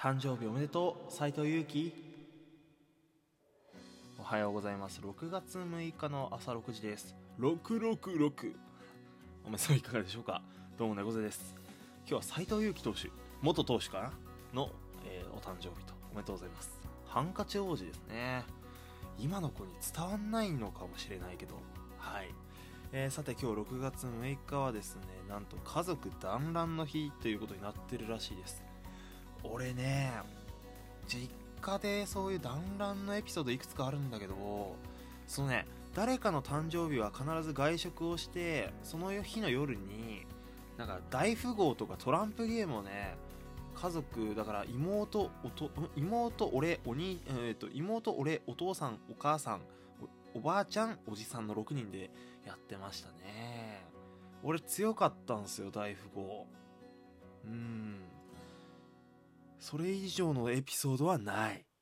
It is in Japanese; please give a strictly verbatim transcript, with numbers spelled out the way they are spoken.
誕生日おめでとう斉藤祐樹。おはようございます。ろくがつむいかの朝ろくじです。ろくろくろく。おめでとういかがでしょうか。どうも猫背です。今日は斉藤祐樹投手、元投手かなの、えー、お誕生日とおめでとうございます。ハンカチ王子ですね。今の子に伝わんないのかもしれないけど、はい、えー、さて今日ろくがつむいかはですね、なんと家族団らんの日ということになってるらしいです。俺ね、実家でそういう団らんのエピソードいくつかあるんだけど、そのね、誰かの誕生日は必ず外食をして、その日の夜になんか大富豪とかトランプゲームをね、家族だから妹おと妹俺おに、えー、と妹俺お父さんお母さん お, おばあちゃんおじさんのろくにんでやってましたね。俺強かったんすよ、大富豪。うーんそれ以上のエピソードはない。